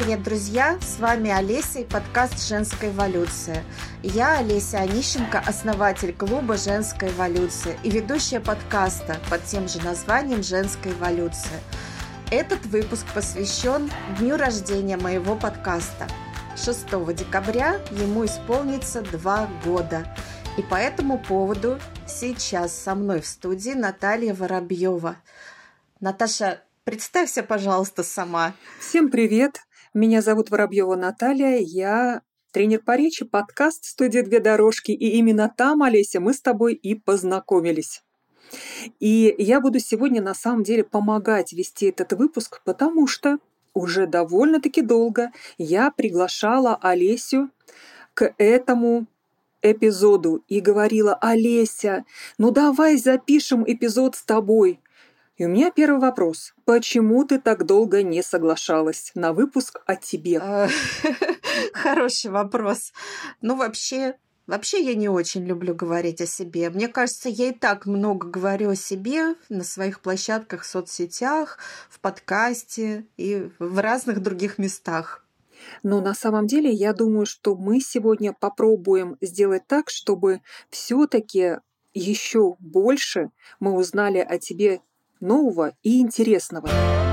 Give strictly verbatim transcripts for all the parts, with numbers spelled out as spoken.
Привет, друзья! С вами Олеся и подкаст «Женская эволюция». Я Олеся Онищенко, основатель клуба «Женская эволюция» и ведущая подкаста под тем же названием «Женская эволюция». Этот выпуск посвящен дню рождения моего подкаста. шестого декабря ему исполнится два года. И по этому поводу сейчас со мной в студии Наталья Воробьева. Наташа, представься, пожалуйста, сама. Всем привет! Меня зовут Воробьева Наталья, я тренер по речи, подкаст «Студия Две дорожки», и именно там, Олеся, мы с тобой и познакомились. И я буду сегодня на самом деле помогать вести этот выпуск, потому что уже довольно-таки долго я приглашала Олесю к этому эпизоду и говорила: «Олеся, ну давай запишем эпизод с тобой». И у меня первый вопрос. Почему ты так долго не соглашалась на выпуск о тебе? Хороший вопрос. Ну, вообще, вообще я не очень люблю говорить о себе. Мне кажется, я и так много говорю о себе на своих площадках в соцсетях, в подкасте и в разных других местах. Но на самом деле я думаю, что мы сегодня попробуем сделать так, чтобы все-таки еще больше мы узнали о тебе нового и интересного.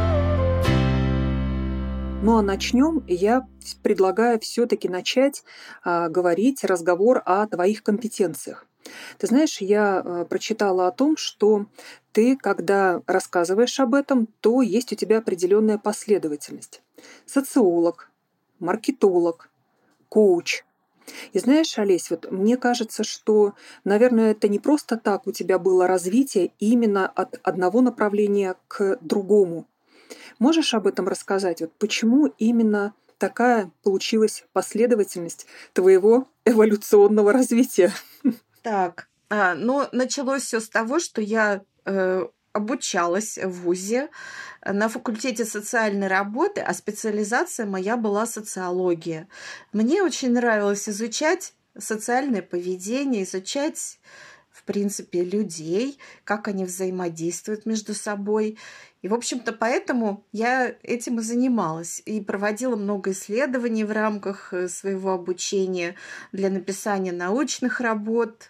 Ну а начнем, я предлагаю все-таки начать а, говорить разговор о твоих компетенциях. Ты знаешь, я а, прочитала о том, что ты, когда рассказываешь об этом, то есть у тебя определенная последовательность. Социолог, маркетолог, коуч. И знаешь, Олесь, вот мне кажется, что, наверное, это не просто так у тебя было развитие именно от одного направления к другому. Можешь об этом рассказать? Вот почему именно такая получилась последовательность твоего эволюционного развития? Так, а, ну, началось все с того, что я э, обучалась в вузе на факультете социальной работы, а специализация моя была социология. Мне очень нравилось изучать социальное поведение, изучать, в принципе, людей, как они взаимодействуют между собой. И, в общем-то, поэтому я этим и занималась. И проводила много исследований в рамках своего обучения для написания научных работ,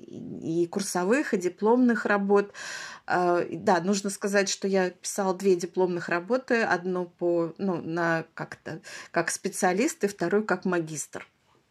и курсовых, и дипломных работ. Да, нужно сказать, что я писала две дипломных работы, одну по, ну, на как-то как специалист и вторую как магистр.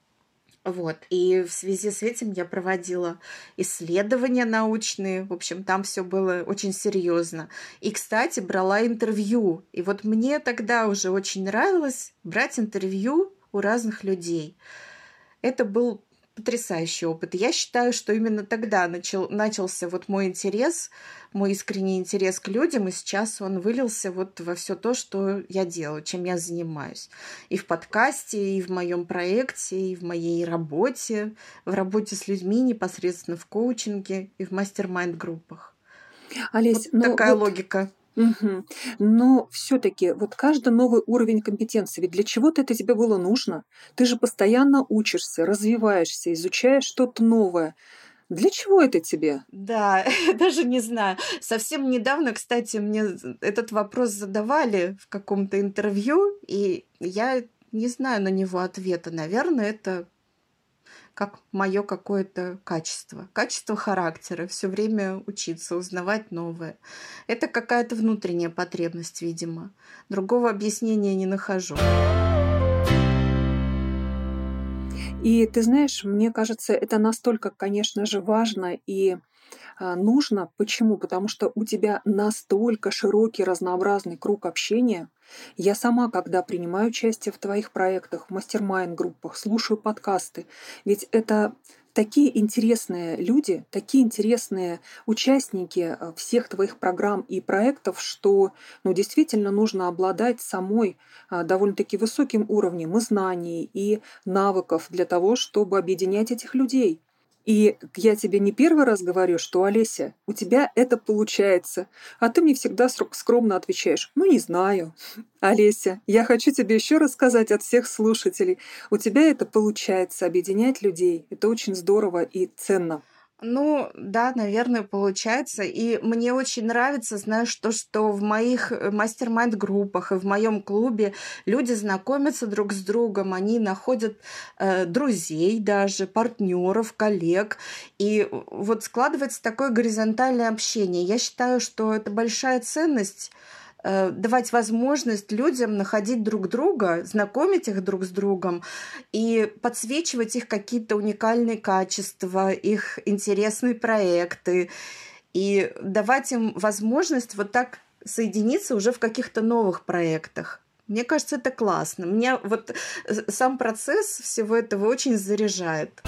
Вот. И в связи с этим я проводила исследования научные. В общем, там все было очень серьезно. И, кстати, брала интервью. И вот мне тогда уже очень нравилось брать интервью у разных людей. Это был потрясающий опыт. Я считаю, что именно тогда начал, начался вот мой интерес, мой искренний интерес к людям, и сейчас он вылился вот во все то, что я делаю, чем я занимаюсь. И в подкасте, и в моем проекте, и в моей работе, в работе с людьми непосредственно в коучинге и в мастер-майнд-группах. Олесь, вот такая вот... логика. Угу. Но все-таки вот каждый новый уровень компетенции, ведь для чего-то это тебе было нужно? Ты же постоянно учишься, развиваешься, изучаешь что-то новое. Для чего это тебе? Да, даже не знаю. Совсем недавно, кстати, мне этот вопрос задавали в каком-то интервью, и я не знаю на него ответа. Наверное, это как мое какое-то качество. Качество характера. Все время учиться, узнавать новое. Это какая-то внутренняя потребность, видимо. Другого объяснения не нахожу. И ты знаешь, мне кажется, это настолько, конечно же, важно и а, нужно. Почему? Потому что у тебя настолько широкий, разнообразный круг общения. Я сама, когда принимаю участие в твоих проектах, в мастер-майнд-группах, слушаю подкасты, ведь это такие интересные люди, такие интересные участники всех твоих программ и проектов, что ну, действительно нужно обладать самой а, довольно-таки высоким уровнем и знаний, и навыков для того, чтобы объединять этих людей. И я тебе не первый раз говорю, что, Олеся, у тебя это получается. А ты мне всегда скромно отвечаешь: ну, не знаю. Олеся, я хочу тебе еще раз сказать от всех слушателей, у тебя это получается, объединять людей. Это очень здорово и ценно. Ну да, наверное, получается. И мне очень нравится, знаешь, то, что в моих э, мастер-майнд-группах и в моем клубе люди знакомятся друг с другом, они находят э, друзей даже, партнеров, коллег. И вот складывается такое горизонтальное общение. Я считаю, что это большая ценность э, давать возможность людям находить друг друга, знакомить их друг с другом и подсвечивать их какие-то уникальные качества, их интересные проекты, и давать им возможность вот так соединиться уже в каких-то новых проектах. Мне кажется, это классно. Меня вот э, сам процесс всего этого очень заряжает.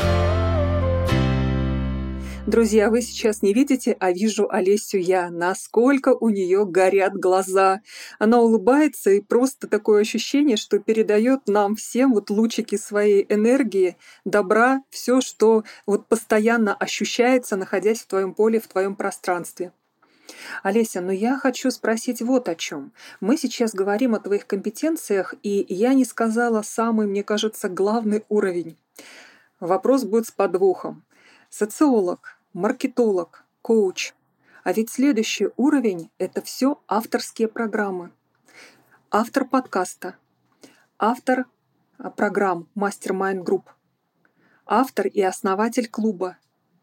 Друзья, вы сейчас не видите, а вижу Олесю я. Насколько у нее горят глаза. Она улыбается, и просто такое ощущение, что передает нам всем вот лучики своей энергии, добра, все, что вот постоянно ощущается, находясь в твоем поле, в твоем пространстве. Олеся, но я хочу спросить вот о чем. Мы сейчас говорим о твоих компетенциях, и я не сказала самый, мне кажется, главный уровень. Вопрос будет с подвохом. Социолог, маркетолог, коуч. А ведь следующий уровень – это все авторские программы. Автор подкаста, автор программ Mastermind Group, автор и основатель клуба.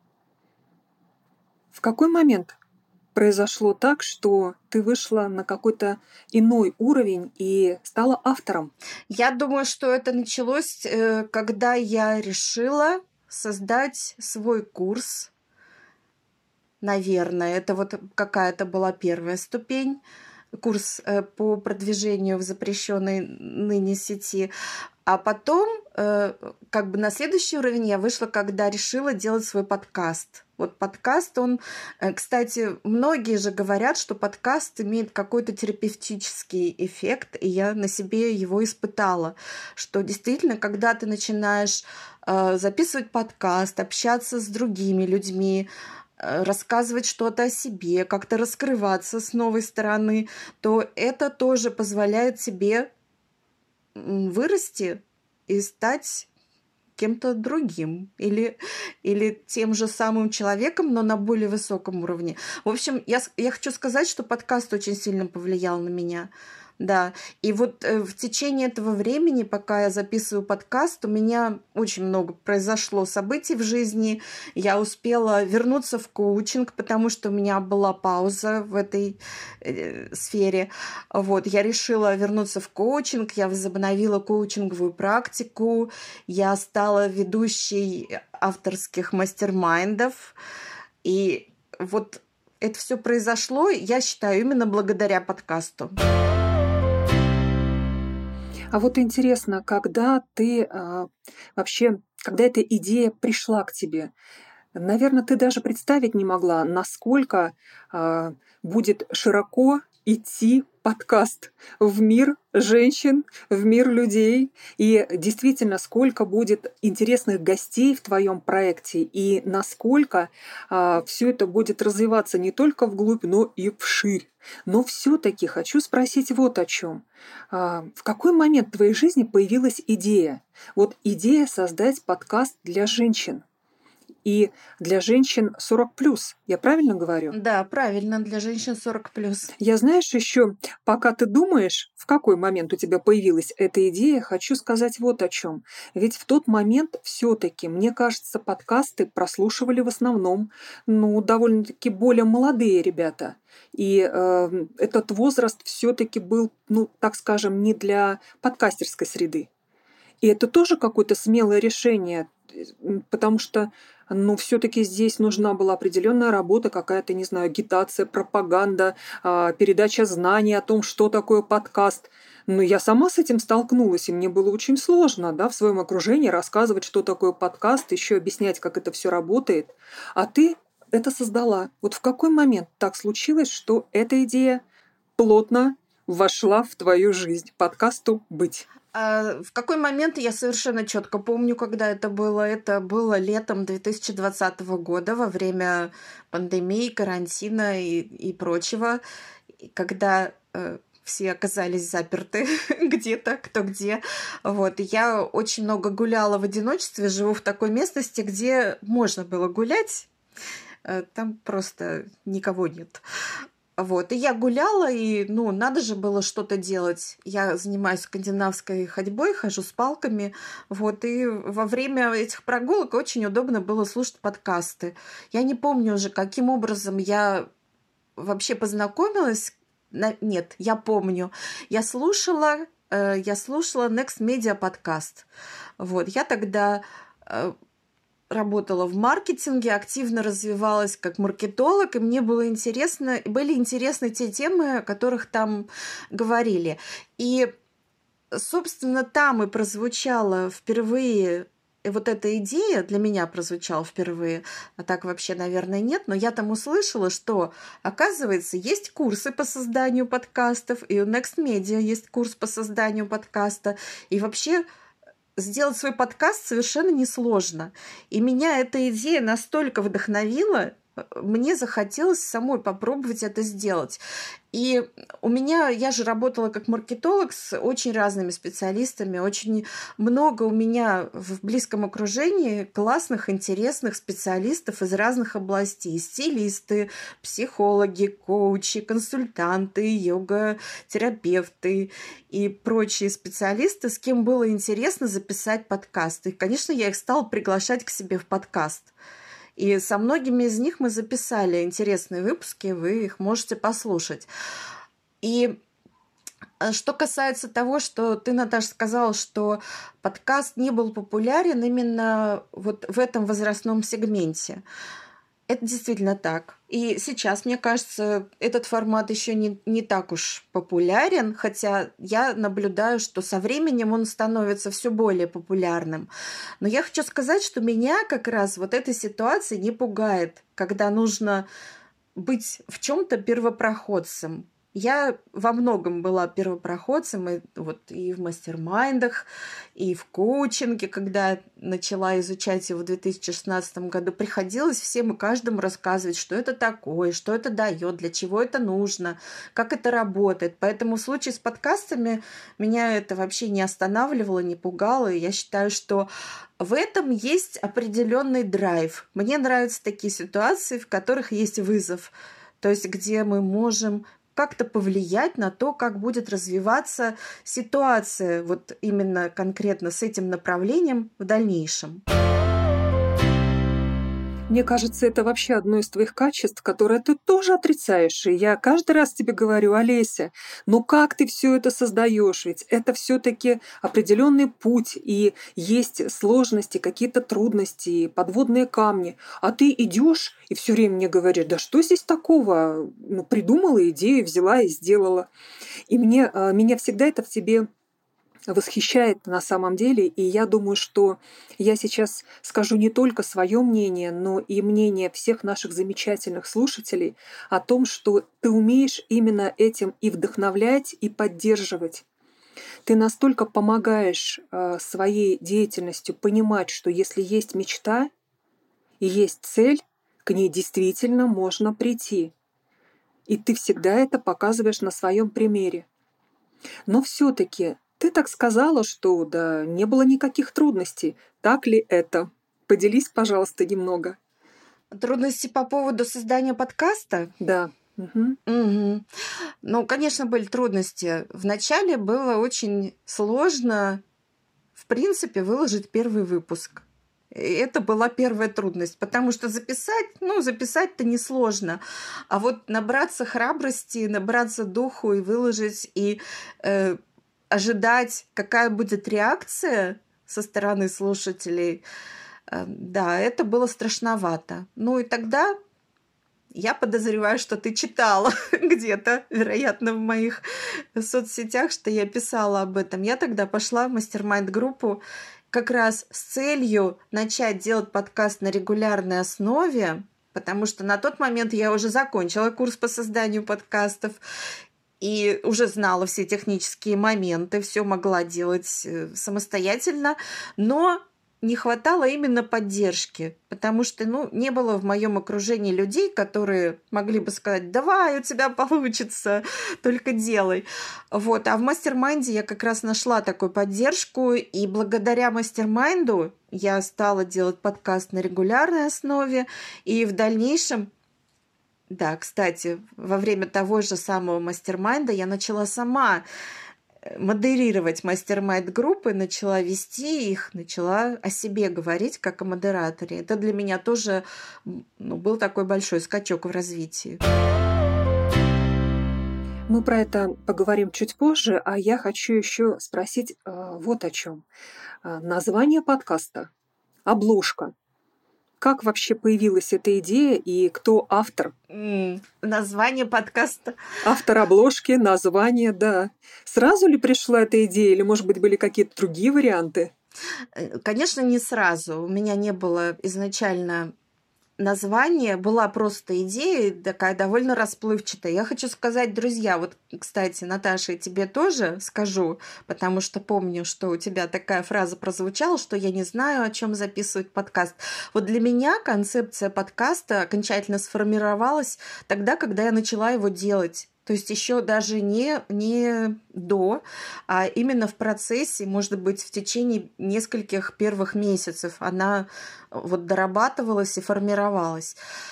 В какой момент произошло так, что ты вышла на какой-то иной уровень и стала автором? Я думаю, что это началось, э, когда я решила создать свой курс. Наверное, это вот какая-то была первая ступень. Курс э, по продвижению в запрещенной ныне сети. А потом, э, как бы на следующий уровень я вышла, когда решила делать свой подкаст. Вот подкаст, он, э, кстати, многие же говорят, что подкаст имеет какой-то терапевтический эффект, и я на себе его испытала, что действительно, когда ты начинаешь э, записывать подкаст, общаться с другими людьми, э, рассказывать что-то о себе, как-то раскрываться с новой стороны, то это тоже позволяет тебе м, вырасти и стать кем-то другим или, или тем же самым человеком, но на более высоком уровне. В общем, я, с- я хочу сказать, что подкаст очень сильно повлиял на меня. Да, и вот э, в течение этого времени, пока я записываю подкаст, у меня очень много произошло событий в жизни. Я успела вернуться в коучинг, потому что у меня была пауза в этой э, сфере. Вот, я решила вернуться в коучинг, я возобновила коучинговую практику, я стала ведущей авторских мастер-майндов. И вот это все произошло, я считаю, именно благодаря подкасту. А вот интересно, когда ты а, вообще, когда эта идея пришла к тебе, наверное, ты даже представить не могла, насколько а, будет широко идти подкаст в мир женщин, в мир людей. И действительно, сколько будет интересных гостей в твоем проекте, и насколько а, все это будет развиваться не только вглубь, но и вширь. Но все-таки хочу спросить вот о чем. В какой момент в твоей жизни появилась идея? Вот идея создать подкаст для женщин. И для женщин сорок плюс, я правильно говорю? Да, правильно, для женщин сорок плюс. Я, знаешь, еще, пока ты думаешь, в какой момент у тебя появилась эта идея, хочу сказать вот о чем. Ведь в тот момент все-таки, мне кажется, подкасты прослушивали в основном, ну, довольно-таки более молодые ребята. И э, этот возраст все-таки был, ну, так скажем, не для подкастерской среды. И это тоже какое-то смелое решение, потому что, ну, все-таки здесь нужна была определенная работа, какая-то, не знаю, агитация, пропаганда, а, передача знаний о том, что такое подкаст. Но я сама с этим столкнулась, и мне было очень сложно, да, в своем окружении рассказывать, что такое подкаст, еще объяснять, как это все работает. А ты это создала. Вот в какой момент так случилось, что эта идея плотно вошла в твою жизнь, подкасту быть? А в какой момент я совершенно четко помню, когда это было. Это было летом две тысячи двадцатого года, во время пандемии, карантина и, и прочего, и когда э, все оказались заперты где-то, кто где. Вот. И я очень много гуляла в одиночестве, живу в такой местности, где можно было гулять. Там просто никого нет. Вот. И я гуляла, и, ну, надо же было что-то делать. Я занимаюсь скандинавской ходьбой, хожу с палками. Вот. И во время этих прогулок очень удобно было слушать подкасты. Я не помню уже, каким образом я вообще познакомилась. Нет, я помню. Я слушала, я слушала Next Media подкаст. Вот. Я тогда работала в маркетинге, активно развивалась как маркетолог, и мне было интересно, были интересны те темы, о которых там говорили. И, собственно, там и прозвучала впервые вот эта идея, для меня прозвучала впервые, а так вообще, наверное, нет, но я там услышала, что, оказывается, есть курсы по созданию подкастов, и у Next Media есть курс по созданию подкаста, и вообще сделать свой подкаст совершенно несложно. И меня эта идея настолько вдохновила, мне захотелось самой попробовать это сделать. И у меня, я же работала как маркетолог с очень разными специалистами, очень много у меня в близком окружении классных, интересных специалистов из разных областей. Стилисты, психологи, коучи, консультанты, йога-терапевты и прочие специалисты, с кем было интересно записать подкаст. И, конечно, я их стала приглашать к себе в подкаст. И со многими из них мы записали интересные выпуски, вы их можете послушать. И что касается того, что ты, Наташа, сказала, что подкаст не был популярен именно вот в этом возрастном сегменте. Это действительно так. И сейчас, мне кажется, этот формат еще не, не так уж популярен, хотя я наблюдаю, что со временем он становится все более популярным. Но я хочу сказать, что меня как раз вот эта ситуация не пугает, когда нужно быть в чем-то первопроходцем. Я во многом была первопроходцем и, вот, и в мастер-майндах, и в коучинге, когда начала изучать его в две тысячи шестнадцатом году. Приходилось всем и каждому рассказывать, что это такое, что это дает, для чего это нужно, как это работает. Поэтому в случае с подкастами меня это вообще не останавливало, не пугало. И я считаю, что в этом есть определенный драйв. Мне нравятся такие ситуации, в которых есть вызов, то есть где мы можем как-то повлиять на то, как будет развиваться ситуация вот именно конкретно с этим направлением в дальнейшем. Мне кажется, это вообще одно из твоих качеств, которое ты тоже отрицаешь. И я каждый раз тебе говорю: Олеся, ну как ты все это создаешь? Ведь это все-таки определенный путь, и есть сложности, какие-то трудности, подводные камни. А ты идешь и все время мне говоришь: да что здесь такого? Ну, придумала идею, взяла и сделала. И мне, меня всегда это в тебе восхищает на самом деле, и я думаю, что я сейчас скажу не только свое мнение, но и мнение всех наших замечательных слушателей о том, что ты умеешь именно этим и вдохновлять, и поддерживать. Ты настолько помогаешь э, своей деятельностью понимать, что если есть мечта и есть цель, к ней действительно можно прийти. И ты всегда это показываешь на своем примере. Но все-таки ты так сказала, что да, не было никаких трудностей. Так ли это? Поделись, пожалуйста, немного. Трудности по поводу создания подкаста? Да. Угу. Угу. Ну, конечно, были трудности. Вначале было очень сложно, в принципе, выложить первый выпуск. И это была первая трудность, потому что записать, ну, записать-то несложно. А вот набраться храбрости, набраться духу и выложить, и э, ожидать, какая будет реакция со стороны слушателей, э, да, это было страшновато. Ну и тогда я подозреваю, что ты читала где-то, вероятно, в моих соцсетях, что я писала об этом. Я тогда пошла в мастер-майнд-группу как раз с целью начать делать подкаст на регулярной основе, потому что на тот момент я уже закончила курс по созданию подкастов и уже знала все технические моменты, все могла делать самостоятельно, но не хватало именно поддержки, потому что, ну, не было в моем окружении людей, которые могли бы сказать: давай, у тебя получится, только делай. Вот. А в мастер-майнде я как раз нашла такую поддержку, и благодаря мастер-майнду я стала делать подкаст на регулярной основе, и в дальнейшем, да, кстати, во время того же самого мастер-майнда я начала сама модерировать мастер-майнд-группы, начала вести их, начала о себе говорить как о модераторе. Это для меня тоже, ну, был такой большой скачок в развитии. Мы про это поговорим чуть позже, а я хочу еще спросить э, вот о чем. Э, название подкаста, обложка. Как вообще появилась эта идея и кто автор? М, название подкаста. Автор обложки, название, да. Сразу ли пришла эта идея или, может быть, были какие-то другие варианты? Конечно, не сразу. У меня не было изначально название, была просто идея такая довольно расплывчатая. Я хочу сказать, друзья, вот, кстати, Наташа, и тебе тоже скажу, потому что помню, что у тебя такая фраза прозвучала, что я не знаю, о чем записывать подкаст. Вот для меня концепция подкаста окончательно сформировалась тогда, когда я начала его делать. То есть еще даже не, не до, а именно в процессе, может быть, в течение нескольких первых месяцев она вот дорабатывалась и формировалась.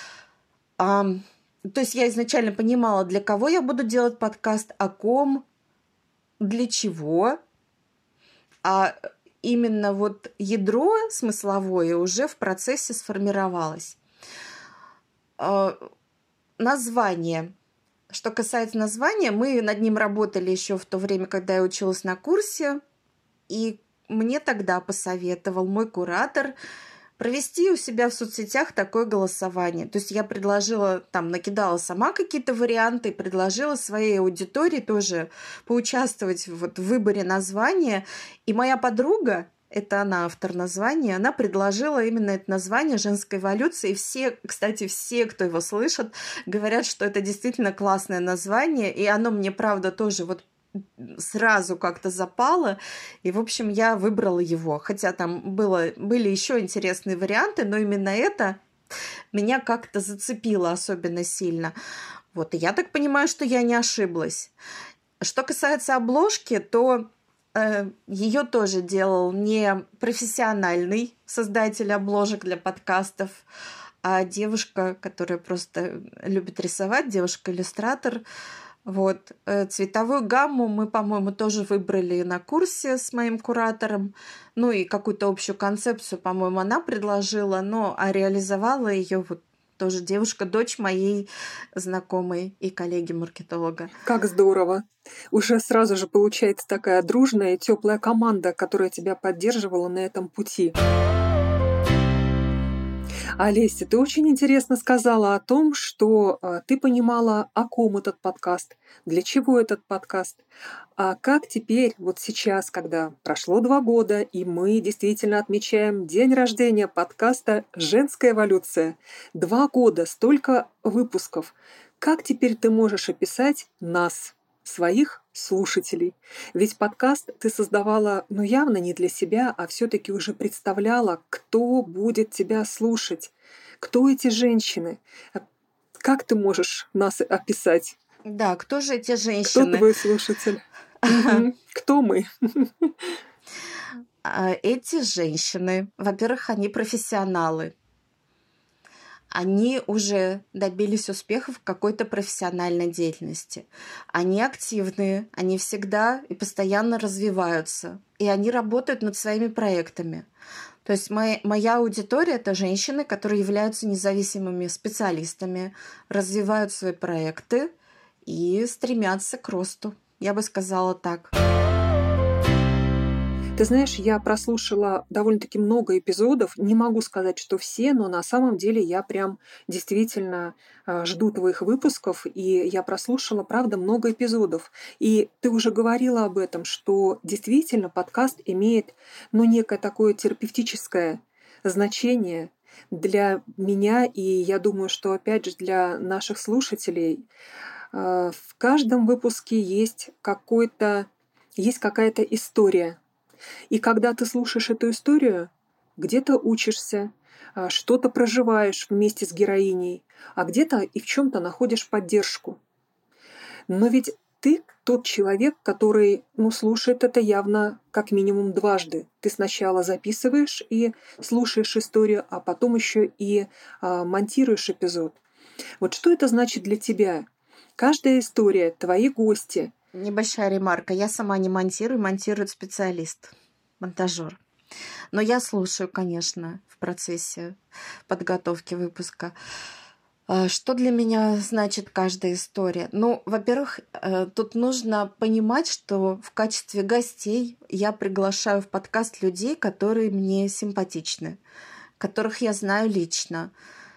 А, то есть я изначально понимала, для кого я буду делать подкаст, о ком, для чего. А именно вот ядро смысловое уже в процессе сформировалось. А, название. Что касается названия, мы над ним работали еще в то время, когда я училась на курсе, и мне тогда посоветовал мой куратор провести у себя в соцсетях такое голосование. То есть я предложила, там, накидала сама какие-то варианты, предложила своей аудитории тоже поучаствовать вот в выборе названия. И моя подруга, это она автор названия, она предложила именно это название «Женская эволюция». И все, кстати, все, кто его слышит, говорят, что это действительно классное название. И оно мне, правда, тоже вот сразу как-то запало. И, в общем, я выбрала его. Хотя там было, были еще интересные варианты, но именно это меня как-то зацепило особенно сильно. Вот, и я так понимаю, что я не ошиблась. Что касается обложки, то ее тоже делал не профессиональный создатель обложек для подкастов, а девушка, которая просто любит рисовать, девушка-иллюстратор. Вот. Цветовую гамму мы, по-моему, тоже выбрали на курсе с моим куратором. Ну и какую-то общую концепцию, по-моему, она предложила, но а реализовала ее вот тоже девушка, дочь моей знакомой и коллеги-маркетолога. Как здорово. Уже сразу же получается такая дружная и теплая команда, которая тебя поддерживала на этом пути. Олеся, ты очень интересно сказала о том, что а, ты понимала, о ком этот подкаст, для чего этот подкаст. А как теперь, вот сейчас, когда прошло два года, и мы действительно отмечаем день рождения подкаста «Женская эволюция», два года, столько выпусков, как теперь ты можешь описать нас, своих слушателей? Ведь подкаст ты создавала, ну, явно не для себя, а все-таки уже представляла, кто будет тебя слушать, кто эти женщины. Как ты можешь нас описать? Да, кто же эти женщины? Кто твой слушатель? Кто мы? Эти женщины, во-первых, они профессионалы. Они уже добились успехов в какой-то профессиональной деятельности. Они активные, они всегда и постоянно развиваются. И они работают над своими проектами. То есть моя, моя аудитория – это женщины, которые являются независимыми специалистами, развивают свои проекты и стремятся к росту. Я бы сказала так. Ты знаешь, я прослушала довольно-таки много эпизодов. Не могу сказать, что все, но на самом деле я прям действительно э, жду твоих выпусков, и я прослушала, правда, много эпизодов. И ты уже говорила об этом, что действительно подкаст имеет, ну, некое такое терапевтическое значение для меня, и я думаю, что, опять же, для наших слушателей. Э, в каждом выпуске есть какой-то, есть какая-то история. И когда ты слушаешь эту историю, где-то учишься, а, что-то проживаешь вместе с героиней, а где-то и в чем-то находишь поддержку. Но ведь ты тот человек, который, ну, слушает это явно как минимум дважды. Ты сначала записываешь и слушаешь историю, а потом еще и а, монтируешь эпизод. Вот что это значит для тебя? Каждая история, твои гости. Небольшая ремарка. Я сама не монтирую, монтирует специалист, монтажер. Но я слушаю, конечно, в процессе подготовки выпуска. А, Что для меня значит каждая история? Ну, во-первых, э, тут нужно понимать, что в качестве гостей я приглашаю в подкаст людей, которые мне симпатичны, которых я знаю лично.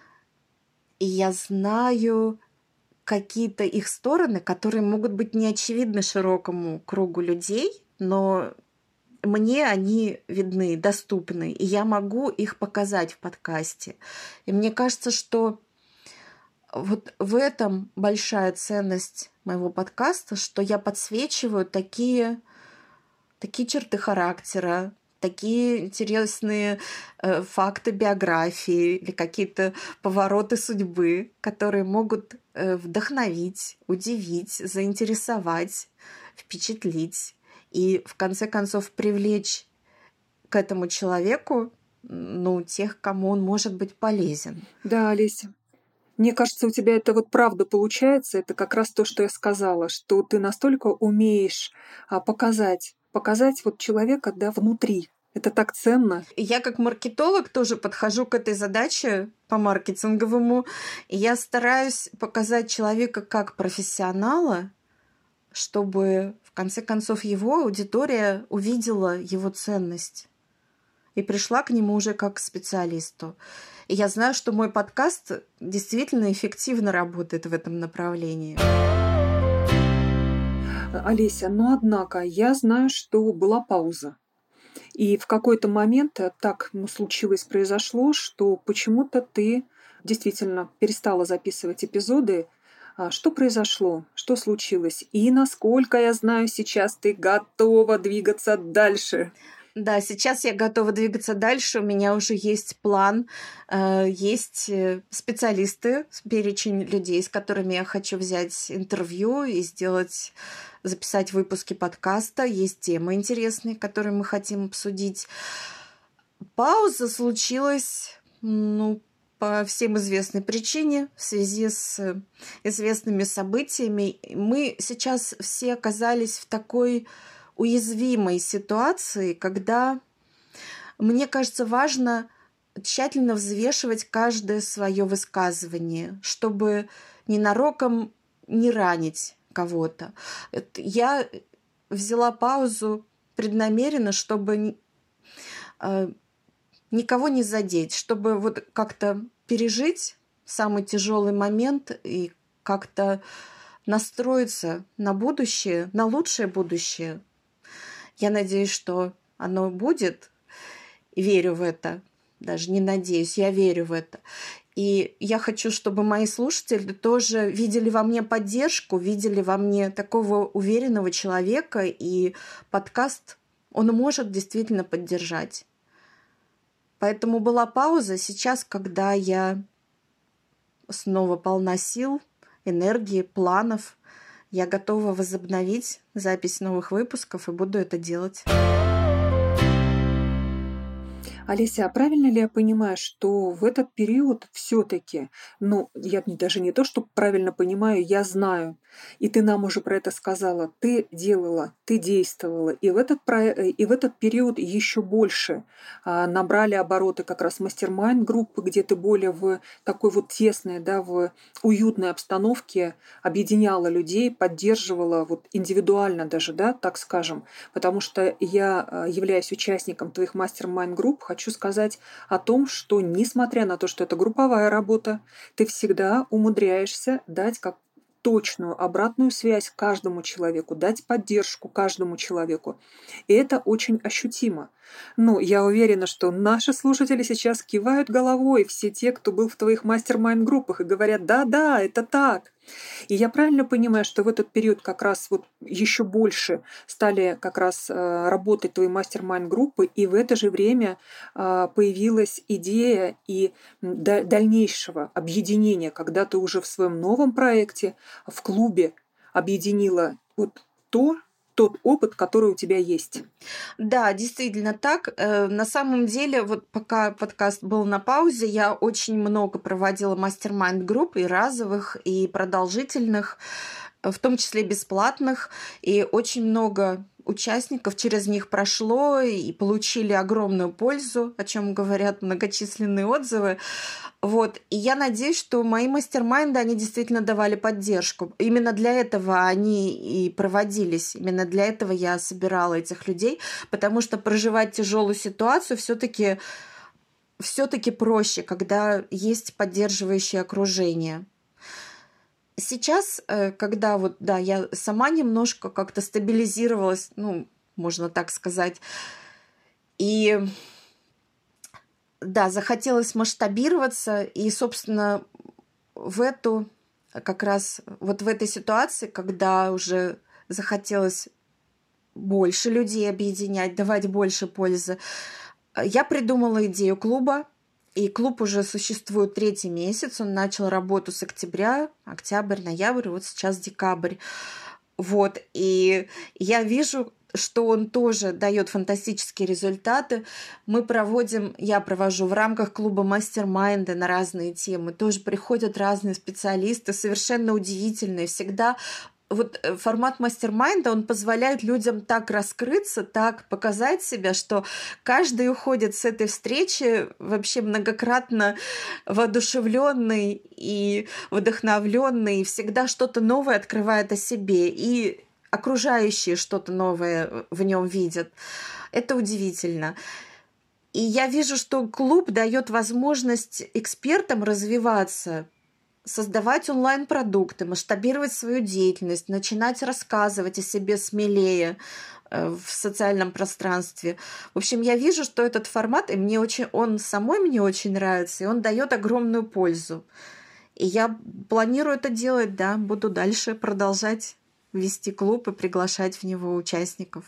И я знаю какие-то их стороны, которые могут быть не очевидны широкому кругу людей, но мне они видны, доступны, и я могу их показать в подкасте. И мне кажется, что вот в этом большая ценность моего подкаста, что я подсвечиваю такие, такие черты характера, такие интересные э, факты биографии или какие-то повороты судьбы, которые могут э, вдохновить, удивить, заинтересовать, впечатлить и в конце концов привлечь к этому человеку, ну, тех, кому он может быть полезен. Да, Олеся. Мне кажется, у тебя это вот правда получается. Это как раз то, что я сказала, что ты настолько умеешь а, показать, показать вот человека, да, внутри. Это так ценно. И я как маркетолог тоже подхожу к этой задаче по маркетинговому. И я стараюсь показать человека как профессионала, чтобы в конце концов его аудитория увидела его ценность и пришла к нему уже как к специалисту. И я знаю, что мой подкаст действительно эффективно работает в этом направлении. Олеся, но однако я знаю, что была пауза. И в какой-то момент э, так ну, случилось, произошло, что почему-то ты действительно перестала записывать эпизоды. А Что произошло? Что случилось? И насколько я знаю, сейчас ты готова двигаться дальше. Да, сейчас я готова двигаться дальше. У меня уже есть план, э, есть э, специалисты, перечень людей, с которыми я хочу взять интервью и сделать, записать выпуски подкаста. Есть темы интересные, которые мы хотим обсудить. Пауза случилась, ну, по всем известной причине, в связи с известными событиями. Мы сейчас все оказались в такой уязвимой ситуации, когда, мне кажется, важно тщательно взвешивать каждое свое высказывание, чтобы ненароком не ранить кого-то. Я взяла паузу преднамеренно, чтобы э, никого не задеть, чтобы вот как-то пережить самый тяжелый момент и как-то настроиться на будущее, на лучшее будущее. Я надеюсь, что оно будет, и верю в это. Даже не надеюсь, я верю в это. И я хочу, чтобы мои слушатели тоже видели во мне поддержку, видели во мне такого уверенного человека, и подкаст, он может действительно поддержать. Поэтому была пауза. Сейчас, когда я снова полна сил, энергии, планов, я готова возобновить запись новых выпусков и буду это делать. Олеся, а правильно ли я понимаю, что в этот период все-таки, ну, я не- даже не то, что правильно понимаю, я знаю, и ты нам уже про это сказала, ты делала, ты действовала, и в этот, про- э, и в этот период еще больше а, набрали обороты как раз мастер-майнд группы, где ты более в такой вот тесной, да, в уютной обстановке объединяла людей, поддерживала вот индивидуально даже, да, так скажем, потому что я а, являюсь участником твоих мастер-майнд групп, хочу сказать о том, что несмотря на то, что это групповая работа, ты всегда умудряешься дать как точную обратную связь каждому человеку, дать поддержку каждому человеку. И это очень ощутимо. Ну, я уверена, что наши слушатели сейчас кивают головой, все те, кто был в твоих мастер-майнд-группах, и говорят: да-да, это так. И я правильно понимаю, что в этот период как раз вот еще больше стали как раз э, работать твои мастер-майнд-группы, и в это же время э, появилась идея и м, да- дальнейшего объединения, когда ты уже в своем новом проекте в клубе объединила вот то, тот опыт, который у тебя есть. Да, действительно так. Э, На самом деле, вот пока подкаст был на паузе, я очень много проводила мастер-майнд-групп и разовых, и продолжительных, э, в том числе бесплатных, и очень много участников через них прошло и получили огромную пользу, о чем говорят многочисленные отзывы. Вот. И я надеюсь, что мои мастер-майнды, они действительно давали поддержку. Именно для этого они и проводились. Именно для этого я собирала этих людей, потому что проживать тяжелую ситуацию все-таки все-таки проще, когда есть поддерживающее окружение. Сейчас, э, когда вот, да, я сама немножко как-то стабилизировалась, ну, можно так сказать, и да, захотелось масштабироваться, и, собственно, в эту как раз вот в этой ситуации, когда уже захотелось больше людей объединять, давать больше пользы, я придумала идею клуба, и клуб уже существует третий месяц, он начал работу с октября, октябрь, ноябрь, вот сейчас декабрь. Вот, и я вижу, что он тоже дает фантастические результаты. Мы проводим, я провожу в рамках клуба мастер-майнда на разные темы. Тоже приходят разные специалисты, совершенно удивительные. Всегда вот э, формат мастер-майнда, он позволяет людям так раскрыться, так показать себя, что каждый уходит с этой встречи вообще многократно воодушевленный и вдохновленный, и всегда что-то новое открывает о себе, и окружающие что-то новое в нем видят. Это удивительно. И я вижу, что клуб дает возможность экспертам развиваться, создавать онлайн-продукты, масштабировать свою деятельность, начинать рассказывать о себе смелее э, в социальном пространстве. В общем, я вижу, что этот формат, и мне очень, он самой мне очень нравится, и он дает огромную пользу. И я планирую это делать, да, буду дальше продолжать вести клуб и приглашать в него участников.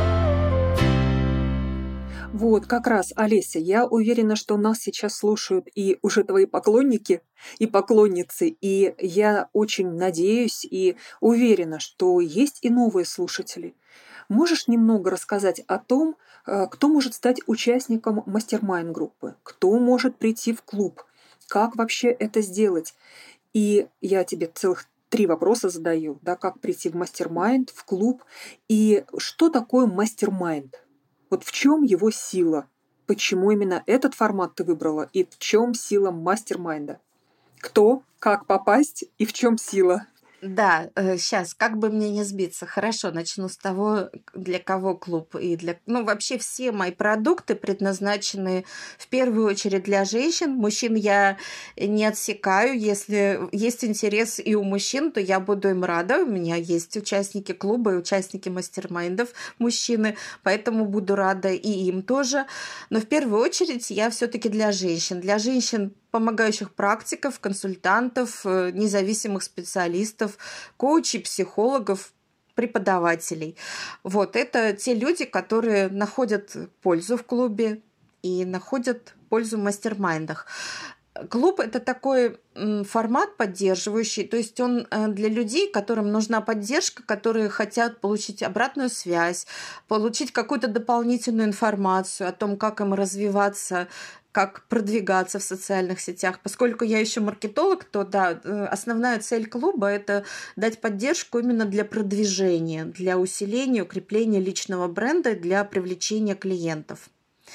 Вот, как раз, Олеся, я уверена, что нас сейчас слушают и уже твои поклонники, и поклонницы, и я очень надеюсь и уверена, что есть и новые слушатели. Можешь немного рассказать о том, э, кто может стать участником мастер-майнд-группы, кто может прийти в клуб, как вообще это сделать? И я тебе целых три вопроса задаю, да, как прийти в мастер-майнд, в клуб, и что такое мастер-майнд? Вот в чем его сила? Почему именно этот формат ты выбрала? И в чем сила мастер-майнда? Кто, как попасть и в чем сила? Да, сейчас, как бы мне не сбиться. Хорошо, начну с того, для кого клуб и для... Ну, вообще все мои продукты предназначены в первую очередь для женщин. Мужчин я не отсекаю. Если есть интерес и у мужчин, то я буду им рада. У меня есть участники клуба и участники мастер-майндов мужчины, поэтому буду рада и им тоже. Но в первую очередь я все-таки для женщин. Для женщин помогающих практиков, консультантов, независимых специалистов, коучей, психологов, преподавателей. Вот это те люди, которые находят пользу в клубе и находят пользу в мастер-майндах. Клуб – это такой формат поддерживающий, то есть он для людей, которым нужна поддержка, которые хотят получить обратную связь, получить какую-то дополнительную информацию о том, как им развиваться, как продвигаться в социальных сетях. Поскольку я еще маркетолог, то да, основная цель клуба – это дать поддержку именно для продвижения, для усиления, укрепления личного бренда, для привлечения клиентов.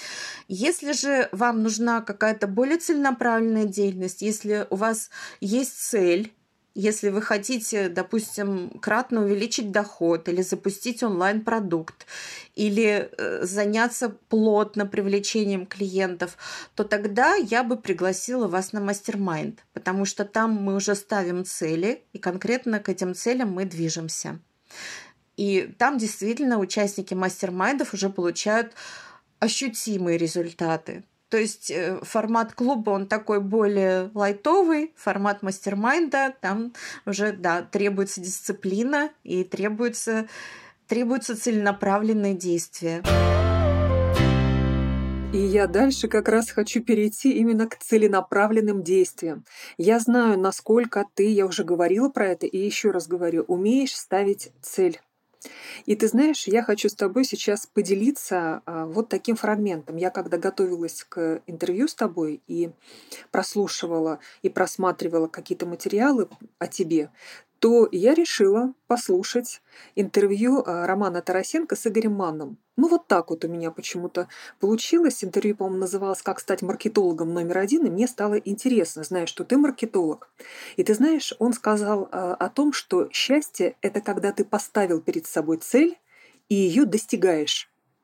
Если же вам нужна какая-то более целенаправленная деятельность, если у вас есть цель, если вы хотите, допустим, кратно увеличить доход или запустить онлайн-продукт, или заняться плотно привлечением клиентов, то тогда я бы пригласила вас на мастер-майнд, потому что там мы уже ставим цели, и конкретно к этим целям мы движемся. И там действительно участники мастер-майндов уже получают ощутимые результаты. То есть формат клуба, он такой более лайтовый, формат мастер-майнда, там уже, да, требуется дисциплина и требуется, требуются целенаправленные действия. И я дальше как раз хочу перейти именно к целенаправленным действиям. Я знаю, насколько ты, я уже говорила про это и еще раз говорю, умеешь ставить цель. И ты знаешь, я хочу с тобой сейчас поделиться а, вот таким фрагментом. Я когда готовилась к интервью с тобой и прослушивала и просматривала какие-то материалы о тебе, то я решила послушать интервью а, Романа Тарасенко с Игорем Манном. Ну вот так вот у меня почему-то получилось. Интервью, по-моему, называлось «Как стать маркетологом номер один», и мне стало интересно, зная, что ты маркетолог. И ты знаешь, он сказал а, о том, что счастье – это когда ты поставил перед собой цель и ее достигаешь.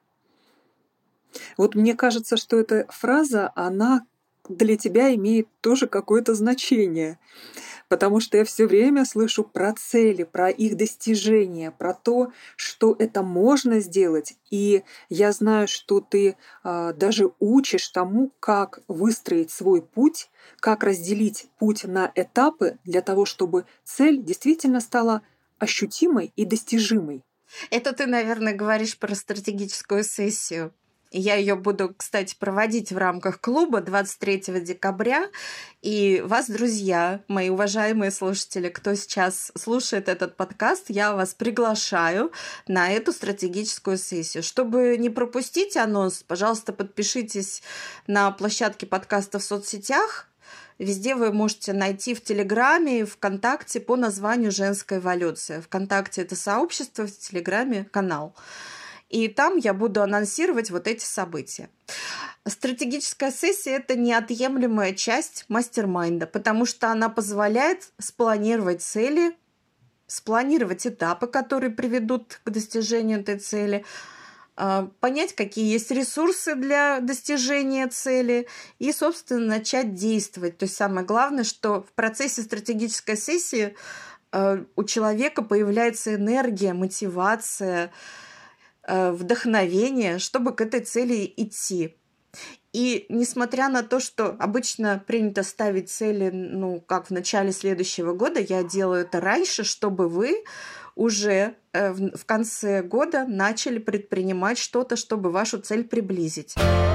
Вот мне кажется, что эта фраза, она для тебя имеет тоже какое-то значение. Потому что я все время слышу про цели, про их достижения, про то, что это можно сделать. И я знаю, что ты а, даже учишь тому, как выстроить свой путь, как разделить путь на этапы для того, чтобы цель действительно стала ощутимой и достижимой. Это ты, наверное, говоришь про стратегическую сессию. Я ее буду, кстати, проводить в рамках клуба двадцать третьего декабря. И вас, друзья, мои уважаемые слушатели, кто сейчас слушает этот подкаст, я вас приглашаю на эту стратегическую сессию. Чтобы не пропустить анонс, пожалуйста, подпишитесь на площадке подкаста в соцсетях. Везде вы можете найти в Телеграме и ВКонтакте по названию «Женская эволюция». ВКонтакте это сообщество, в Телеграме канал. И там я буду анонсировать вот эти события. Стратегическая сессия – это неотъемлемая часть мастер-майнда, потому что она позволяет спланировать цели, спланировать этапы, которые приведут к достижению этой цели, понять, какие есть ресурсы для достижения цели и, собственно, начать действовать. То есть самое главное, что в процессе стратегической сессии у человека появляется энергия, мотивация, вдохновение, чтобы к этой цели идти. И несмотря на то, что обычно принято ставить цели, ну, как в начале следующего года, я делаю это раньше, чтобы вы уже в конце года начали предпринимать что-то, чтобы вашу цель приблизить.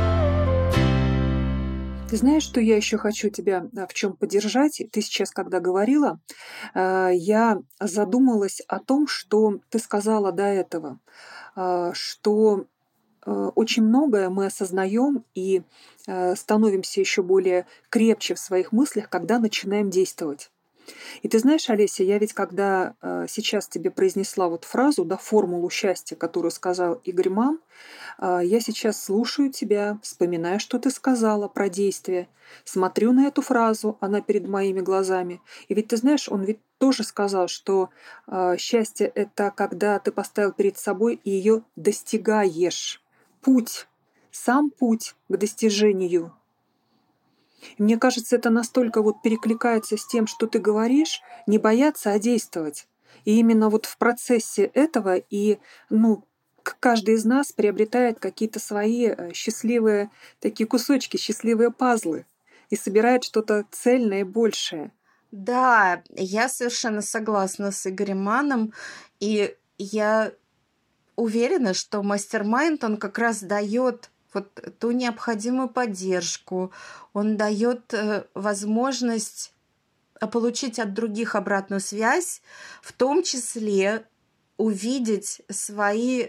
Ты знаешь, что я еще хочу тебя в чем поддержать? Ты сейчас, когда говорила, я задумалась о том, что ты сказала до этого, что очень многое мы осознаем и становимся еще более крепче в своих мыслях, когда начинаем действовать. И ты знаешь, Олеся, я ведь когда сейчас тебе произнесла вот фразу, да, формулу счастья, которую сказал Игорь Манн, я сейчас слушаю тебя, вспоминаю, что ты сказала про действие, смотрю на эту фразу, она перед моими глазами. И ведь ты знаешь, он ведь тоже сказал, что счастье – это когда ты поставил перед собой и ее достигаешь. Путь, сам путь к достижению. И мне кажется, это настолько вот перекликается с тем, что ты говоришь, не бояться, а действовать. И именно вот в процессе этого и, ну, каждый из нас приобретает какие-то свои счастливые такие кусочки, счастливые пазлы и собирает что-то цельное и большее. Да, я совершенно согласна с Игорем Манном, и я уверена, что мастер-майнд, он как раз дает вот ту необходимую поддержку, он дает возможность получить от других обратную связь, в том числе увидеть свои,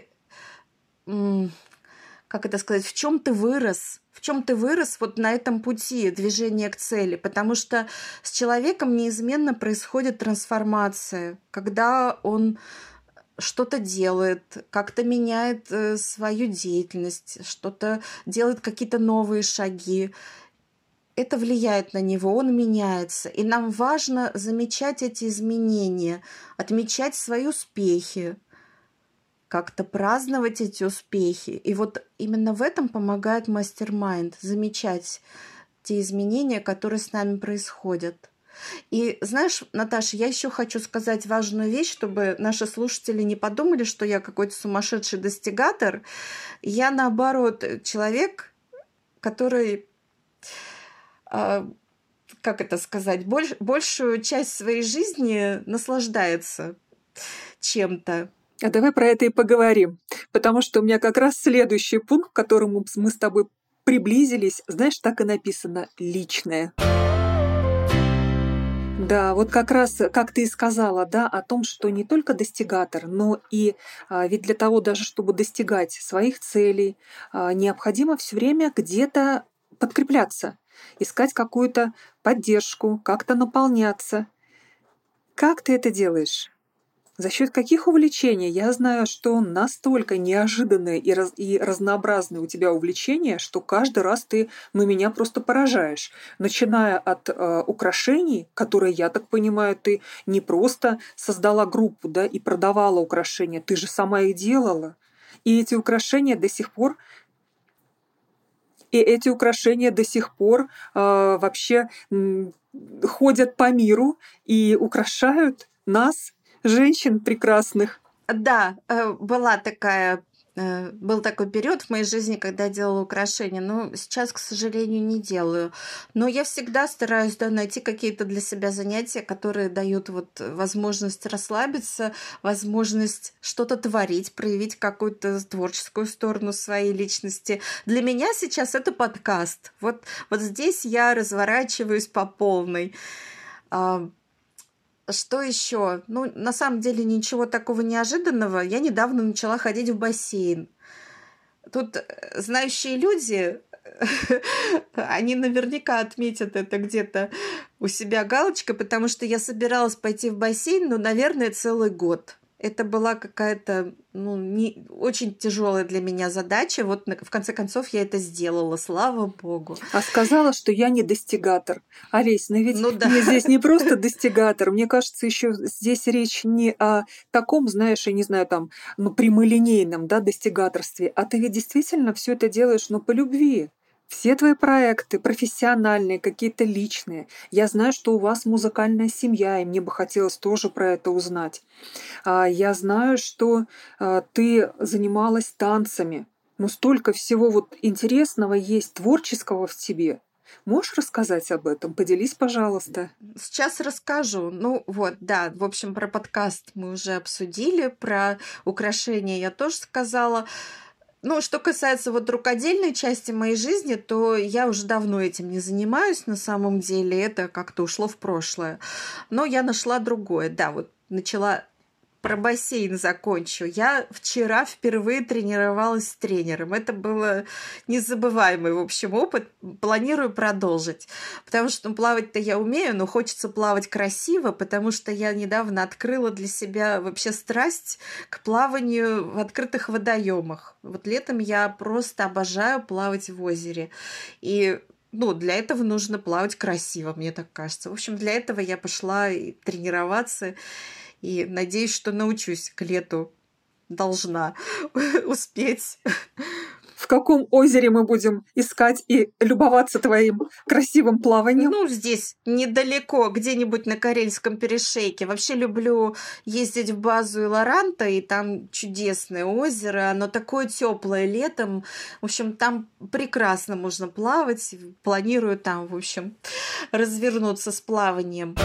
как это сказать, в чем ты вырос, в чем ты вырос вот на этом пути движения к цели, потому что с человеком неизменно происходит трансформация, когда он что-то делает, как-то меняет э, свою деятельность, что-то делает какие-то новые шаги. Это влияет на него, он меняется. И нам важно замечать эти изменения, отмечать свои успехи, как-то праздновать эти успехи. И вот именно в этом помогает мастер-майнд, замечать те изменения, которые с нами происходят. И знаешь, Наташа, я еще хочу сказать важную вещь, чтобы наши слушатели не подумали, что я какой-то сумасшедший достигатор. Я, наоборот, человек, который, а, как это сказать, больш, большую часть своей жизни наслаждается чем-то. А давай про это и поговорим, потому что у меня как раз следующий пункт, к которому мы с тобой приблизились, знаешь, так и написано «личное». Да, вот как раз, как ты и сказала, да, о том, что не только достигатор, но и а, ведь для того даже, чтобы достигать своих целей, а, необходимо все время где-то подкрепляться, искать какую-то поддержку, как-то наполняться. Как ты это делаешь? За счет каких увлечений? Я знаю, что настолько неожиданное и, раз, и разнообразное у тебя увлечение, что каждый раз ты, ну, меня просто поражаешь. Начиная от э, украшений, которые, я так понимаю, ты не просто создала группу, да, и продавала украшения, ты же сама их делала. И эти украшения до сих пор и эти украшения до сих пор э, вообще м, ходят по миру и украшают нас, женщин прекрасных. Да, э, была такая, э, был такой период в моей жизни, когда я делала украшения, но сейчас, к сожалению, не делаю. Но я всегда стараюсь, да, найти какие-то для себя занятия, которые дают вот возможность расслабиться, возможность что-то творить, проявить какую-то творческую сторону своей личности. Для меня сейчас это подкаст. Вот, вот здесь я разворачиваюсь по полной. А, Что еще? Ну, на самом деле ничего такого неожиданного. Я недавно начала ходить в бассейн. Тут э, знающие люди, они наверняка отметят это где-то у себя галочкой, потому что я собиралась пойти в бассейн, ну, наверное, целый год. Это была какая-то, ну, не, очень тяжелая для меня задача. Вот на- в конце концов я это сделала, слава богу. А сказала, что я не достигатор. Олесь, но ведь Ну да. мне здесь не просто достигатор. Мне кажется, еще здесь речь не о таком, знаешь, я не знаю, там, ну, прямолинейном, да, достигаторстве, а ты ведь действительно все это делаешь, ну, по любви. Все твои проекты, профессиональные, какие-то личные. Я знаю, что у вас музыкальная семья, и мне бы хотелось тоже про это узнать. А, Я знаю, что а, ты занималась танцами. Но столько всего вот интересного есть, творческого в тебе. Можешь рассказать об этом? Поделись, пожалуйста. Сейчас расскажу. Ну вот, да, в общем, про подкаст мы уже обсудили, про украшения я тоже сказала. Ну, что касается вот рукодельной части моей жизни, то я уже давно этим не занимаюсь, на самом деле, это как-то ушло в прошлое. Но я нашла другое, да, вот начала про бассейн закончу. Я вчера впервые тренировалась с тренером. Это было незабываемый, в общем, опыт. Планирую продолжить. Потому что ну, плавать-то я умею, но хочется плавать красиво, потому что я недавно открыла для себя вообще страсть к плаванию в открытых водоемах. Вот летом я просто обожаю плавать в озере. И ну, для этого нужно плавать красиво, мне так кажется. В общем, для этого я пошла и тренироваться. И надеюсь, что научусь к лету. Должна успеть. В каком озере мы будем искать и любоваться твоим красивым плаванием? Ну, здесь недалеко, где-нибудь на Карельском перешейке. Вообще люблю ездить в базу Илоранта, и там чудесное озеро. Оно такое теплое летом. В общем, там прекрасно можно плавать. Планирую там, в общем, развернуться с плаванием.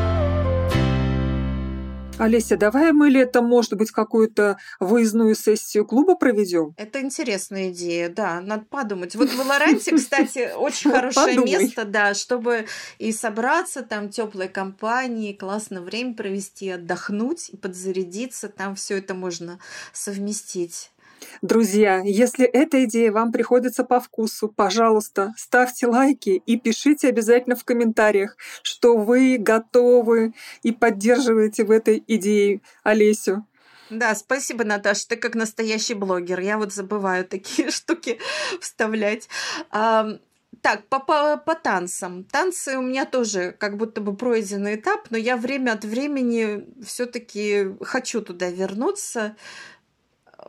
Олеся, давай мы летом, может быть, какую-то выездную сессию клуба проведем? Это интересная идея, да, надо подумать. Вот в Илоранте, кстати, очень хорошее Подумай. место, да, чтобы и собраться, там теплой компании, классно время провести, отдохнуть и подзарядиться. Там все это можно совместить. Друзья, если эта идея вам приходится по вкусу, пожалуйста, ставьте лайки и пишите обязательно в комментариях, что вы готовы и поддерживаете в этой идее Олесю. Да, спасибо, Наташа, ты как настоящий блогер. Я вот забываю такие штуки вставлять. А, так, по, по, по танцам. Танцы у меня тоже как будто бы пройденный этап, но я время от времени все-таки хочу туда вернуться.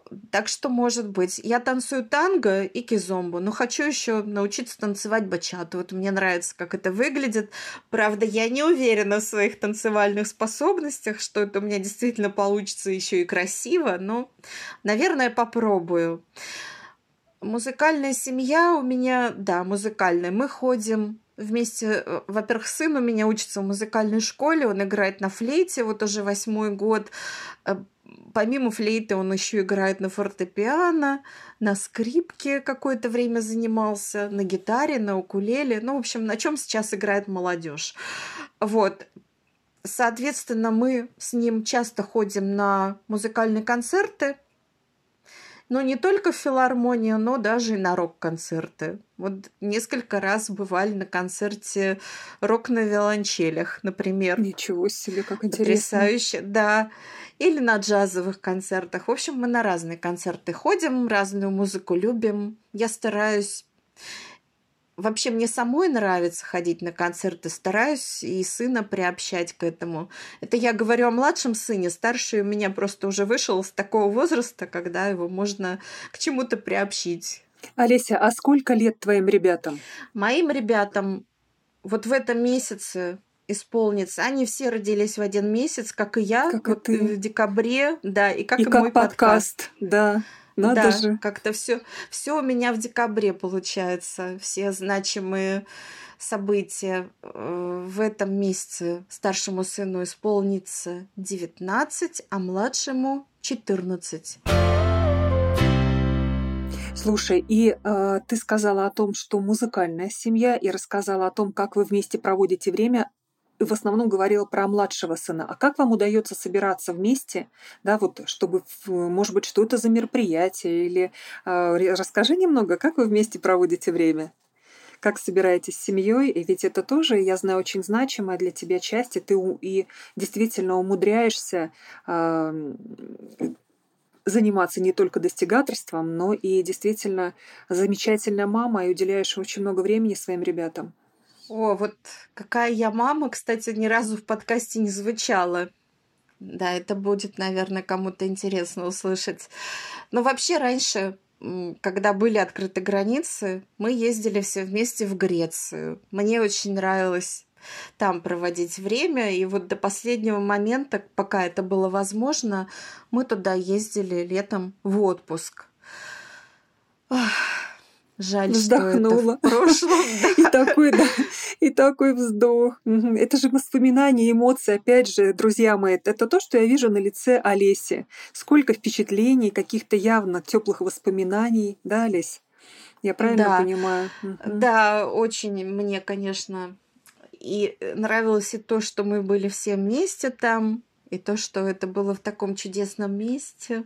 Так что, может быть, я танцую танго и кизомбу, но хочу еще научиться танцевать бачату. Вот мне нравится, как это выглядит. Правда, я не уверена в своих танцевальных способностях, что это у меня действительно получится еще и красиво, но, наверное, попробую. Музыкальная семья у меня, да, музыкальная. Мы ходим вместе, во-первых, сын у меня учится в музыкальной школе, он играет на флейте, вот уже восьмой год. Помимо флейты он еще играет на фортепиано, на скрипке какое-то время занимался, на гитаре, на укулеле. Ну, в общем, на чем сейчас играет молодежь. Вот. Соответственно, мы с ним часто ходим на музыкальные концерты. Но не только в филармонию, но даже и на рок-концерты. Вот несколько раз бывали на концерте «Рок на виолончелях», например. Ничего себе, как интересно. Потрясающе, да. Или на джазовых концертах. В общем, мы на разные концерты ходим, разную музыку любим. Я стараюсь... Вообще, мне самой нравится ходить на концерты, стараюсь и сына приобщать к этому. Это я говорю о младшем сыне, старший у меня просто уже вышел с такого возраста, когда его можно к чему-то приобщить. Олеся, а сколько лет твоим ребятам? Моим ребятам вот в этом месяце исполнится. Они все родились в один месяц, как и я, как вот и ты. В декабре, да, и как и, и как мой подкаст, подкаст. Да. Надо да, же. как-то все, все у меня в декабре получается. Все значимые события. В этом месяце старшему сыну исполнится девятнадцать, а младшему четырнадцать. Слушай, и э, ты сказала о том, что музыкальная семья, и рассказала о том, как вы вместе проводите время. В основном говорила про младшего сына. А как вам удается собираться вместе, да, вот, чтобы, может быть, что это за мероприятие? Или э, расскажи немного, как вы вместе проводите время? Как собираетесь с семьей? И ведь это тоже, я знаю, очень значимая для тебя часть, и ты и действительно умудряешься э, заниматься не только достигаторством, но и действительно замечательная мама, и уделяешь очень много времени своим ребятам. О, вот какая я мама, кстати, ни разу в подкасте не звучала. Да, это будет, наверное, кому-то интересно услышать. Но вообще раньше, когда были открыты границы, мы ездили все вместе в Грецию. Мне очень нравилось там проводить время. И вот до последнего момента, пока это было возможно, мы туда ездили летом в отпуск. Ох. Жаль, Вздохнула. что это в прошлом. И такой, да, и такой вздох. Это же воспоминания, эмоции. Опять же, друзья мои, это то, что я вижу на лице Олеси. Сколько впечатлений, каких-то явно теплых воспоминаний. Да, Олесь? Я правильно да. понимаю? Да, очень мне, конечно, и нравилось и то, что мы были все вместе там, и то, что это было в таком чудесном месте.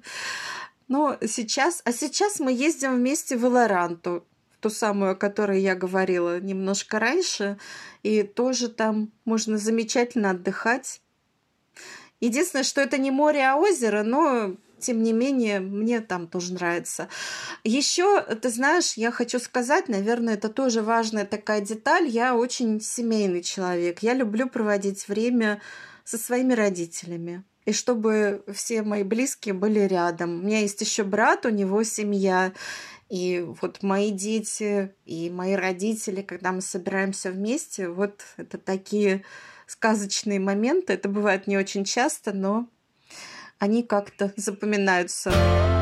Но сейчас, а сейчас мы ездим вместе в Элоранту, ту самую, о которой я говорила немножко раньше, и тоже там можно замечательно отдыхать. Единственное, что это не море, а озеро, но тем не менее мне там тоже нравится. Еще, ты знаешь, я хочу сказать, наверное, это тоже важная такая деталь. Я очень семейный человек. Я люблю проводить время со своими родителями. И чтобы все мои близкие были рядом. У меня есть еще брат, у него семья. И вот мои дети и мои родители, когда мы собираемся вместе, вот это такие сказочные моменты. Это бывает не очень часто, но они как-то запоминаются.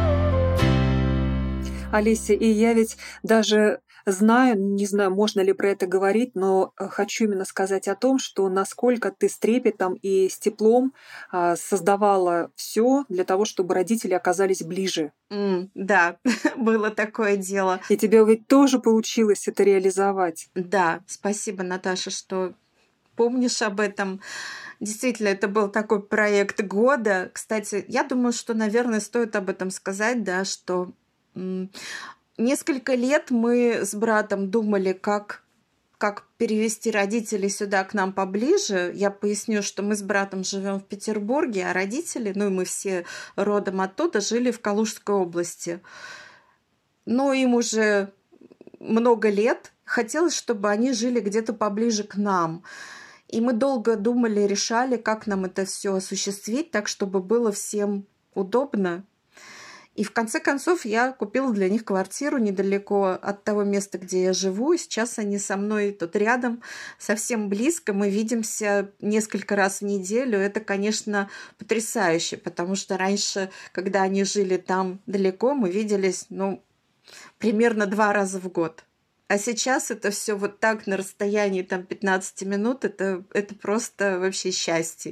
Олеся, и я ведь даже знаю, не знаю, можно ли про это говорить, но хочу именно сказать о том, что насколько ты с трепетом и с теплом создавала все для того, чтобы родители оказались ближе. Mm, да, было такое дело. И тебе ведь тоже получилось это реализовать. Да, спасибо, Наташа, что помнишь об этом. Действительно, это был такой проект года. Кстати, я думаю, что, наверное, стоит об этом сказать, да, что несколько лет мы с братом думали, как, как перевести родителей сюда к нам поближе. Я поясню, что мы с братом живем в Петербурге, а родители, ну и мы все родом оттуда, жили в Калужской области. Но им уже много лет. Хотелось, чтобы они жили где-то поближе к нам. И мы долго думали, решали, как нам это все осуществить, так, чтобы было всем удобно. И в конце концов я купила для них квартиру недалеко от того места, где я живу. Сейчас они со мной тут рядом, совсем близко. Мы видимся несколько раз в неделю. Это, конечно, потрясающе, потому что раньше, когда они жили там далеко, мы виделись, ну, примерно два раза в год. А сейчас это все вот так на расстоянии там пятнадцать минут. Это, это просто вообще счастье.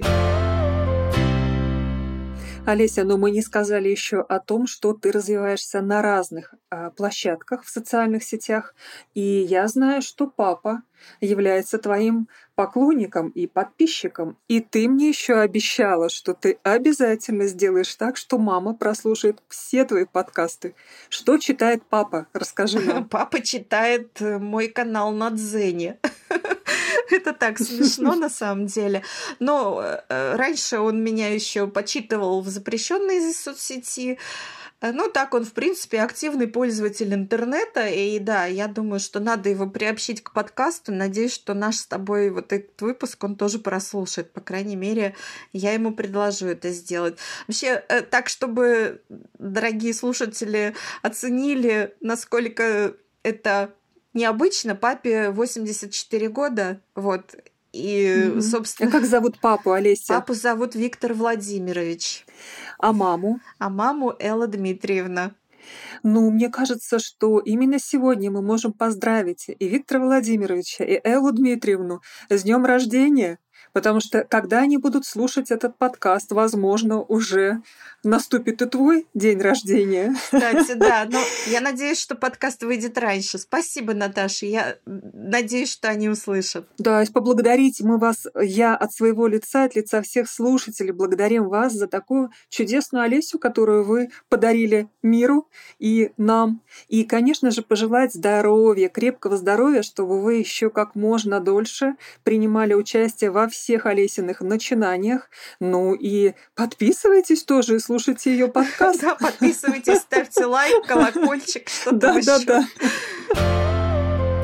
Олеся, но мы не сказали еще о том, что ты развиваешься на разных а, площадках в социальных сетях. И я знаю, что папа является твоим поклонником и подписчиком. И ты мне еще обещала, что ты обязательно сделаешь так, что мама прослушает все твои подкасты. Что читает папа? Расскажи нам. Папа читает мой канал на Дзене. Это так смешно на самом деле. Но э, раньше он меня еще почитывал в запрещенной соцсети. Ну, так он, в принципе, активный пользователь интернета. И да, я думаю, что надо его приобщить к подкасту. Надеюсь, что наш с тобой вот этот выпуск он тоже прослушает. По крайней мере, я ему предложу это сделать. Вообще, э, так, чтобы дорогие слушатели оценили, насколько это необычно, папе восемьдесят четыре года, вот, и, Мгм. собственно... А как зовут папу, Олеся? Папу зовут Виктор Владимирович. А маму? А маму Элла Дмитриевна. Ну, мне кажется, что именно сегодня мы можем поздравить и Виктора Владимировича, и Эллу Дмитриевну с днем рождения, потому что когда они будут слушать этот подкаст, возможно, уже наступит и твой день рождения. Кстати, да, но я надеюсь, что подкаст выйдет раньше. Спасибо, Наташа, я надеюсь, что они услышат. Да, и поблагодарить мы вас, я от своего лица, от лица всех слушателей, благодарим вас за такую чудесную Олесю, которую вы подарили миру и нам. И, конечно же, пожелать здоровья, крепкого здоровья, чтобы вы еще как можно дольше принимали участие во всех Олесиных начинаниях. Ну и подписывайтесь тоже и слушайте ее подкаст. Да, подписывайтесь, ставьте лайк, колокольчик, что там еще. Да, да, да.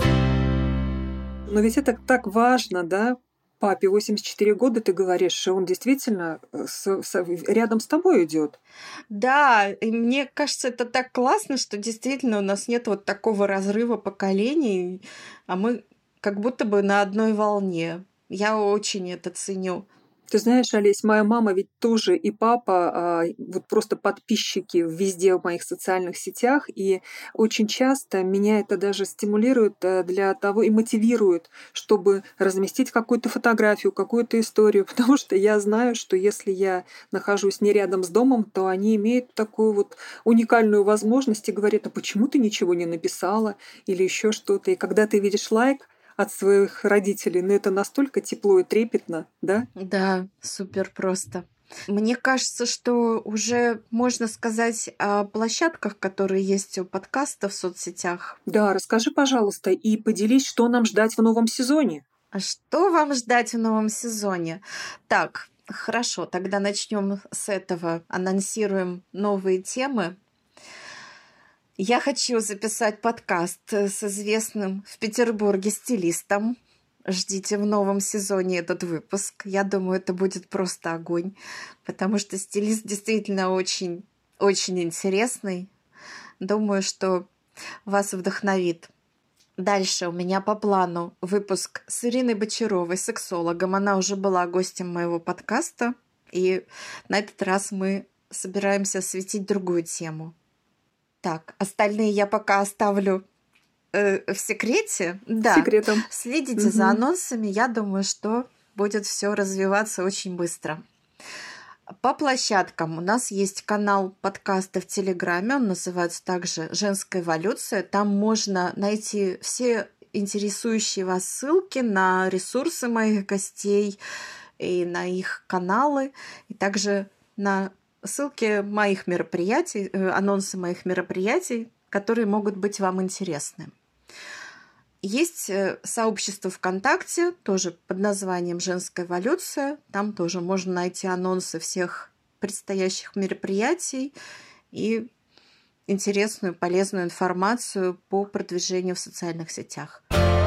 Но ведь это так важно, да? Папе восемьдесят четыре года, ты говоришь, что он действительно с, с, рядом с тобой идет. Да, и мне кажется, это так классно, что действительно у нас нет вот такого разрыва поколений, а мы как будто бы на одной волне. Я очень это ценю. Ты знаешь, Олесь, моя мама ведь тоже и папа а, вот просто подписчики везде в моих социальных сетях, и очень часто меня это даже стимулирует для того и мотивирует, чтобы разместить какую-то фотографию, какую-то историю, потому что я знаю, что если я нахожусь не рядом с домом, то они имеют такую вот уникальную возможность и говорят, а почему ты ничего не написала или еще что-то, и когда ты видишь лайк от своих родителей, но это настолько тепло и трепетно, да? Да, супер просто. Мне кажется, что уже можно сказать о площадках, которые есть у подкаста в соцсетях. Да, расскажи, пожалуйста, и поделись, что нам ждать в новом сезоне. А что вам ждать в новом сезоне? Так, хорошо, тогда начнем с этого. Анонсируем новые темы. Я хочу записать подкаст с известным в Петербурге стилистом. Ждите в новом сезоне этот выпуск. Я думаю, это будет просто огонь, потому что стилист действительно очень, очень интересный. Думаю, что вас вдохновит. Дальше у меня по плану выпуск с Ириной Бочаровой, сексологом. Она уже была гостем моего подкаста, и на этот раз мы собираемся осветить другую тему. Так, остальные я пока оставлю э, в секрете. Да, Секретом. следите Угу. за анонсами. Я думаю, что будет все развиваться очень быстро. По площадкам у нас есть канал подкаста в Телеграме. Он называется также «Женская эволюция». Там можно найти все интересующие вас ссылки на ресурсы моих гостей и на их каналы, и также на ссылки моих мероприятий, анонсы моих мероприятий, которые могут быть вам интересны. Есть сообщество ВКонтакте, тоже под названием «Женская эволюция». Там тоже можно найти анонсы всех предстоящих мероприятий и интересную, полезную информацию по продвижению в социальных сетях.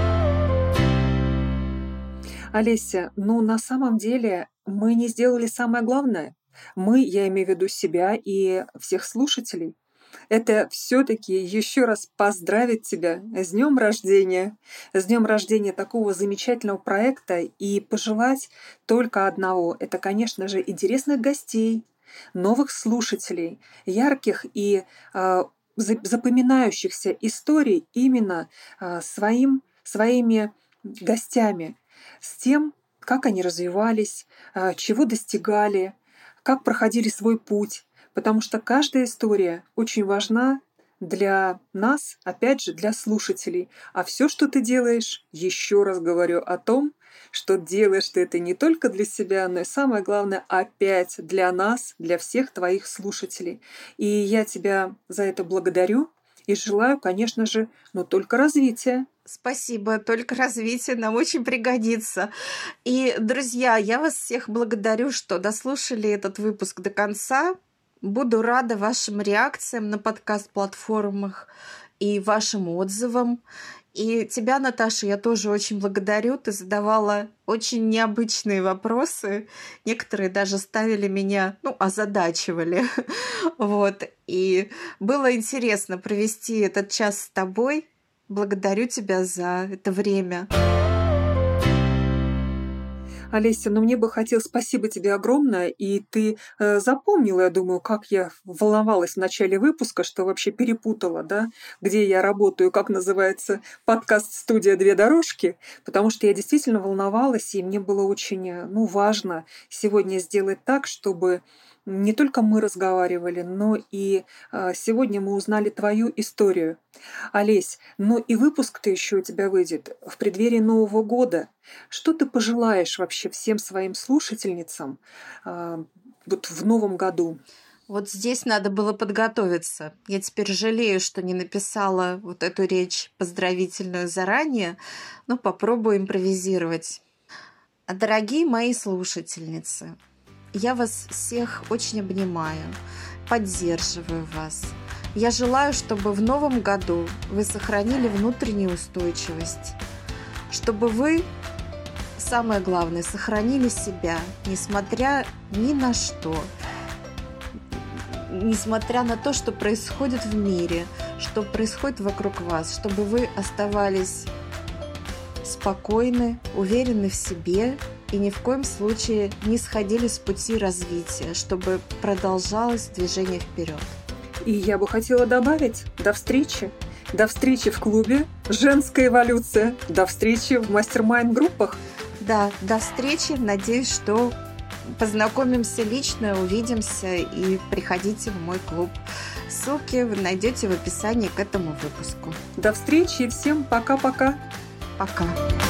Олеся, ну на самом деле мы не сделали самое главное. Мы, я имею в виду себя и всех слушателей, это все-таки еще раз поздравить тебя с днем рождения, с днем рождения такого замечательного проекта и пожелать только одного. Это, конечно же, интересных гостей, новых слушателей, ярких и э, запоминающихся историй именно э, своим, своими гостями, с тем, как они развивались, э, чего достигали, как проходили свой путь. Потому что каждая история очень важна для нас, опять же, для слушателей. А все, что ты делаешь, еще раз говорю о том, что делаешь ты это не только для себя, но и самое главное, опять для нас, для всех твоих слушателей. И я тебя за это благодарю и желаю, конечно же, но только развития. Спасибо, только развитие нам очень пригодится. И, друзья, я вас всех благодарю, что дослушали этот выпуск до конца. Буду рада вашим реакциям на подкаст-платформах и вашим отзывам. И тебя, Наташа, я тоже очень благодарю. Ты задавала очень необычные вопросы. Некоторые даже ставили меня, ну, озадачивали. Вот. И было интересно провести этот час с тобой. Благодарю тебя за это время. Олеся, ну мне бы хотелось спасибо тебе огромное, и ты э, запомнила, я думаю, как я волновалась в начале выпуска, что вообще перепутала, да, где я работаю, как называется подкаст-студия «Две дорожки», потому что я действительно волновалась, и мне было очень, ну, важно сегодня сделать так, чтобы не только мы разговаривали, но и э, сегодня мы узнали твою историю. Олесь, ну и выпуск-то еще у тебя выйдет в преддверии Нового года. Что ты пожелаешь вообще всем своим слушательницам э, вот в Новом году? Вот здесь надо было подготовиться. Я теперь жалею, что не написала вот эту речь поздравительную заранее, но попробую импровизировать. Дорогие мои слушательницы, я вас всех очень обнимаю, поддерживаю вас. Я желаю, чтобы в новом году вы сохранили внутреннюю устойчивость, чтобы вы, самое главное, сохранили себя, несмотря ни на что, несмотря на то, что происходит в мире, что происходит вокруг вас, чтобы вы оставались спокойны, уверены в себе и ни в коем случае не сходили с пути развития, чтобы продолжалось движение вперед. И я бы хотела добавить: до встречи. До встречи в клубе «Женская эволюция». До встречи в мастер-майнд-группах. Да, до встречи. Надеюсь, что познакомимся лично, увидимся и приходите в мой клуб. Ссылки вы найдете в описании к этому выпуску. До встречи и всем пока-пока. Пока.